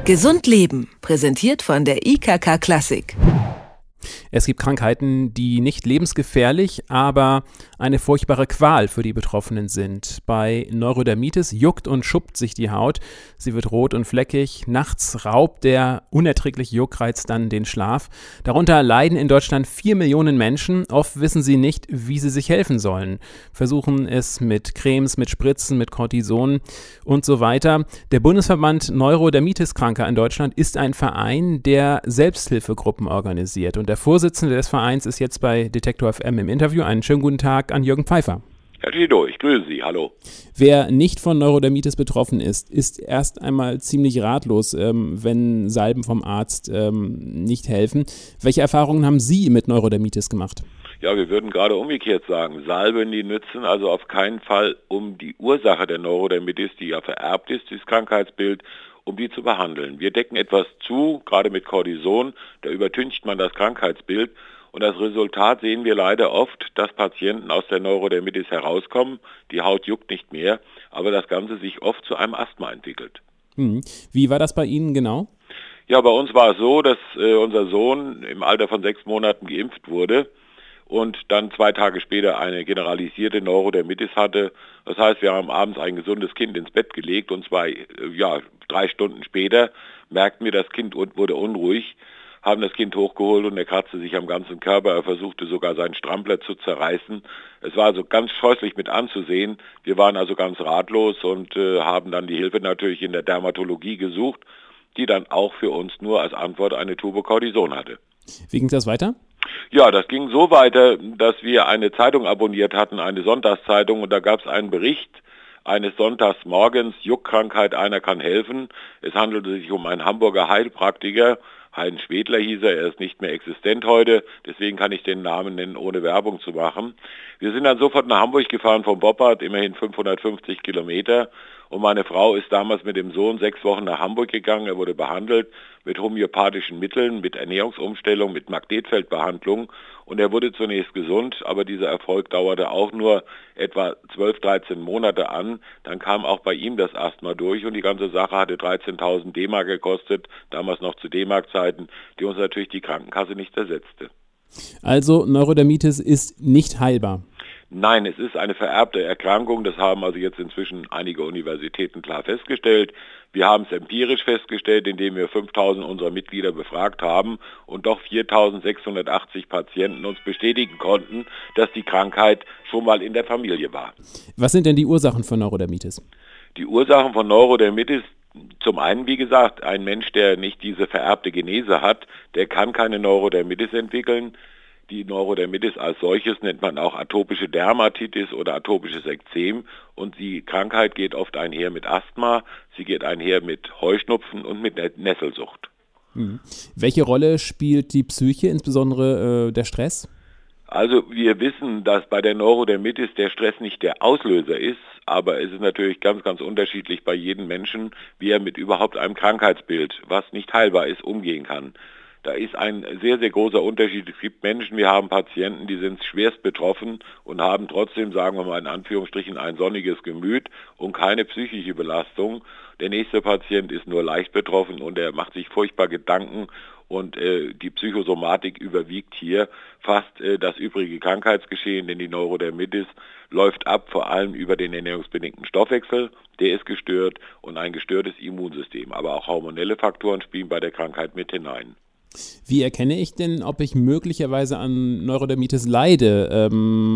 Gesund Leben, präsentiert von der IKK Klassik. Es gibt Krankheiten, die nicht lebensgefährlich, aber eine furchtbare Qual für die Betroffenen sind. Bei Neurodermitis juckt und schuppt sich die Haut. Sie wird rot und fleckig. Nachts raubt der unerträgliche Juckreiz dann den Schlaf. Darunter leiden in Deutschland 4 Millionen Menschen. Oft wissen sie nicht, wie sie sich helfen sollen. Versuchen es mit Cremes, mit Spritzen, mit Cortison und so weiter. Der Bundesverband Neurodermitis-Kranker in Deutschland ist ein Verein, der Selbsthilfegruppen organisiert. Und der Vorsitzende des Vereins ist jetzt bei Detektor FM im Interview. Einen schönen guten Tag an Jürgen Pfeiffer. Herr Tito, ich grüße Sie. Hallo. Wer nicht von Neurodermitis betroffen ist, ist erst einmal ziemlich ratlos, wenn Salben vom Arzt nicht helfen. Welche Erfahrungen haben Sie mit Neurodermitis gemacht? Ja, wir würden gerade umgekehrt sagen, Salben, die nützen also auf keinen Fall, um die Ursache der Neurodermitis, die ja vererbt ist, dieses Krankheitsbild, um die zu behandeln. Wir decken etwas zu, gerade mit Cortison, da übertüncht man das Krankheitsbild und das Resultat sehen wir leider oft, dass Patienten aus der Neurodermitis herauskommen, die Haut juckt nicht mehr, aber das Ganze sich oft zu einem Asthma entwickelt. Wie war das bei Ihnen genau? Ja, bei uns war es so, dass unser Sohn im Alter von 6 Monaten geimpft wurde und dann 2 Tage später eine generalisierte Neurodermitis hatte. Das heißt, wir haben abends ein gesundes Kind ins Bett gelegt und 3 Stunden später merkten wir, das Kind wurde unruhig, haben das Kind hochgeholt und er kratzte sich am ganzen Körper. Er versuchte sogar seinen Strampler zu zerreißen. Es war also ganz scheußlich mit anzusehen. Wir waren also ganz ratlos und haben dann die Hilfe natürlich in der Dermatologie gesucht, die dann auch für uns nur als Antwort eine Tube Cortison hatte. Wie ging das weiter? Ja, das ging so weiter, dass wir eine Zeitung abonniert hatten, eine Sonntagszeitung, und da gab es einen Bericht eines Sonntagsmorgens, Juckkrankheit, einer kann helfen. Es handelte sich um einen Hamburger Heilpraktiker, Heinz Schwedler hieß er ist nicht mehr existent heute, deswegen kann ich den Namen nennen, ohne Werbung zu machen. Wir sind dann sofort nach Hamburg gefahren vom Boppard, immerhin 550 Kilometer. Und meine Frau ist damals mit dem Sohn 6 Wochen nach Hamburg gegangen. Er wurde behandelt mit homöopathischen Mitteln, mit Ernährungsumstellung, mit Magnetfeldbehandlung. Und er wurde zunächst gesund, aber dieser Erfolg dauerte auch nur etwa 12, 13 Monate an. Dann kam auch bei ihm das Asthma durch und die ganze Sache hatte 13.000 D-Mark gekostet, damals noch zu D-Mark-Zeiten, die uns natürlich die Krankenkasse nicht ersetzte. Also Neurodermitis ist nicht heilbar? Nein, es ist eine vererbte Erkrankung. Das haben also jetzt inzwischen einige Universitäten klar festgestellt. Wir haben es empirisch festgestellt, indem wir 5.000 unserer Mitglieder befragt haben und doch 4.680 Patienten uns bestätigen konnten, dass die Krankheit schon mal in der Familie war. Was sind denn die Ursachen von Neurodermitis? Die Ursachen von Neurodermitis: zum einen, wie gesagt, ein Mensch, der nicht diese vererbte Genese hat, der kann keine Neurodermitis entwickeln. Die Neurodermitis als solches nennt man auch atopische Dermatitis oder atopisches Ekzem und die Krankheit geht oft einher mit Asthma, sie geht einher mit Heuschnupfen und mit Nesselsucht. Welche Rolle spielt die Psyche, insbesondere der Stress? Also wir wissen, dass bei der Neurodermitis der Stress nicht der Auslöser ist, aber es ist natürlich ganz, ganz unterschiedlich bei jedem Menschen, wie er mit überhaupt einem Krankheitsbild, was nicht heilbar ist, umgehen kann. Da ist ein sehr, sehr großer Unterschied. Es gibt Menschen, wir haben Patienten, die sind schwerst betroffen und haben trotzdem, sagen wir mal in Anführungsstrichen, ein sonniges Gemüt und keine psychische Belastung. Der nächste Patient ist nur leicht betroffen und er macht sich furchtbar Gedanken und die Psychosomatik überwiegt hier fast das übrige Krankheitsgeschehen, denn die Neurodermitis läuft ab, vor allem über den ernährungsbedingten Stoffwechsel, der ist gestört und ein gestörtes Immunsystem. Aber auch hormonelle Faktoren spielen bei der Krankheit mit hinein. Wie erkenne ich denn, ob ich möglicherweise an Neurodermitis leide,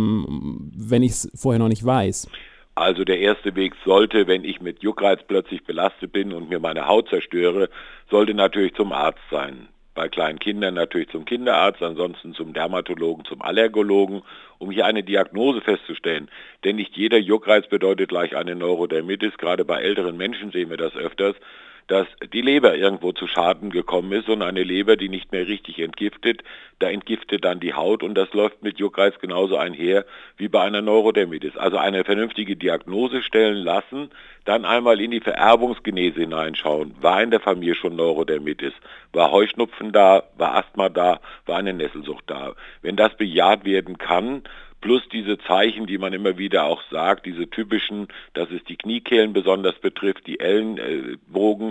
wenn ich es vorher noch nicht weiß? Also der erste Weg sollte, wenn ich mit Juckreiz plötzlich belastet bin und mir meine Haut zerstöre, sollte natürlich zum Arzt sein. Bei kleinen Kindern natürlich zum Kinderarzt, ansonsten zum Dermatologen, zum Allergologen, um hier eine Diagnose festzustellen. Denn nicht jeder Juckreiz bedeutet gleich eine Neurodermitis. Gerade bei älteren Menschen sehen wir das öfters, dass die Leber irgendwo zu Schaden gekommen ist und eine Leber, die nicht mehr richtig entgiftet, da entgiftet dann die Haut und das läuft mit Juckreiz genauso einher wie bei einer Neurodermitis. Also eine vernünftige Diagnose stellen lassen, dann einmal in die Vererbungsgenese hineinschauen. War in der Familie schon Neurodermitis? War Heuschnupfen da? War Asthma da? War eine Nesselsucht da? Wenn das bejaht werden kann, plus diese Zeichen, die man immer wieder auch sagt, diese typischen, dass es die Kniekehlen besonders betrifft, die Ellenbogen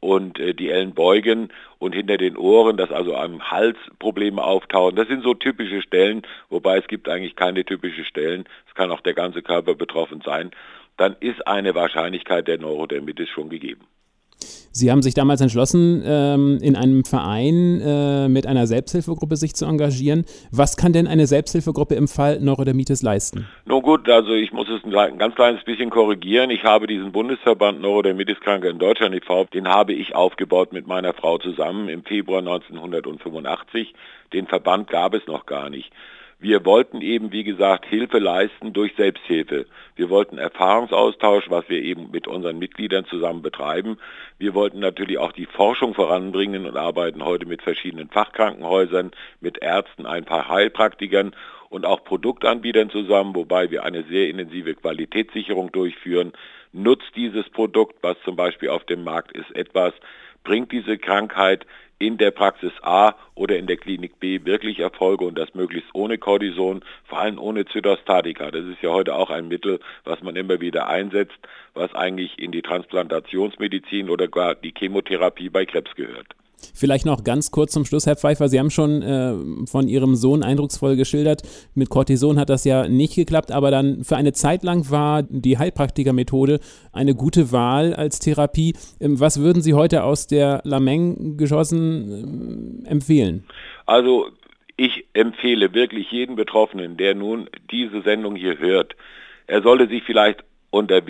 und die Ellenbeugen und hinter den Ohren, dass also am Hals Probleme auftauchen. Das sind so typische Stellen, wobei es gibt eigentlich keine typischen Stellen. Es kann auch der ganze Körper betroffen sein. Dann ist eine Wahrscheinlichkeit der Neurodermitis schon gegeben. Sie haben sich damals entschlossen, in einem Verein mit einer Selbsthilfegruppe sich zu engagieren. Was kann denn eine Selbsthilfegruppe im Fall Neurodermitis leisten? Nun gut, also ich muss es ein ganz kleines bisschen korrigieren. Ich habe diesen Bundesverband Neurodermitis-Kranke in Deutschland e.V., den habe ich aufgebaut mit meiner Frau zusammen im Februar 1985. Den Verband gab es noch gar nicht. Wir wollten eben, wie gesagt, Hilfe leisten durch Selbsthilfe. Wir wollten Erfahrungsaustausch, was wir eben mit unseren Mitgliedern zusammen betreiben. Wir wollten natürlich auch die Forschung voranbringen und arbeiten heute mit verschiedenen Fachkrankenhäusern, mit Ärzten, ein paar Heilpraktikern und auch Produktanbietern zusammen, wobei wir eine sehr intensive Qualitätssicherung durchführen. Nutzt dieses Produkt, was zum Beispiel auf dem Markt ist, etwas, bringt diese Krankheit in der Praxis A oder in der Klinik B wirklich Erfolge und das möglichst ohne Cortison, vor allem ohne Zytostatika. Das ist ja heute auch ein Mittel, was man immer wieder einsetzt, was eigentlich in die Transplantationsmedizin oder gar die Chemotherapie bei Krebs gehört. Vielleicht noch ganz kurz zum Schluss, Herr Pfeiffer, Sie haben schon von Ihrem Sohn eindrucksvoll geschildert, mit Cortison hat das ja nicht geklappt, aber dann für eine Zeit lang war die Heilpraktikermethode eine gute Wahl als Therapie. Was würden Sie heute aus der Lameng geschossen empfehlen? Also ich empfehle wirklich jeden Betroffenen, der nun diese Sendung hier hört, er sollte sich vielleicht unter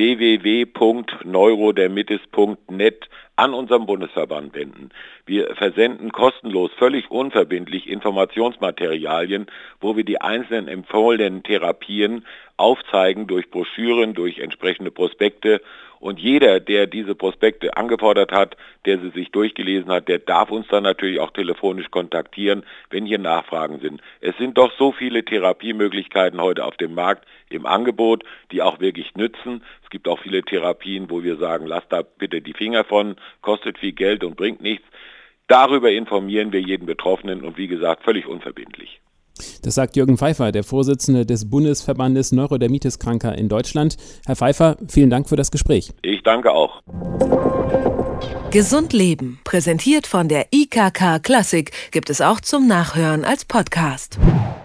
www.neurodermitis.net an unserem Bundesverband wenden. Wir versenden kostenlos, völlig unverbindlich Informationsmaterialien, wo wir die einzelnen empfohlenen Therapien aufzeigen durch Broschüren, durch entsprechende Prospekte. Und jeder, der diese Prospekte angefordert hat, der sie sich durchgelesen hat, der darf uns dann natürlich auch telefonisch kontaktieren, wenn hier Nachfragen sind. Es sind doch so viele Therapiemöglichkeiten heute auf dem Markt im Angebot, die auch wirklich nützen. Es gibt auch viele Therapien, wo wir sagen, lasst da bitte die Finger von, kostet viel Geld und bringt nichts. Darüber informieren wir jeden Betroffenen und wie gesagt, völlig unverbindlich. Das sagt Jürgen Pfeiffer, der Vorsitzende des Bundesverbandes Neurodermitis-Kranker in Deutschland. Herr Pfeiffer, vielen Dank für das Gespräch. Ich danke auch. Gesund Leben, präsentiert von der IKK Klassik, gibt es auch zum Nachhören als Podcast.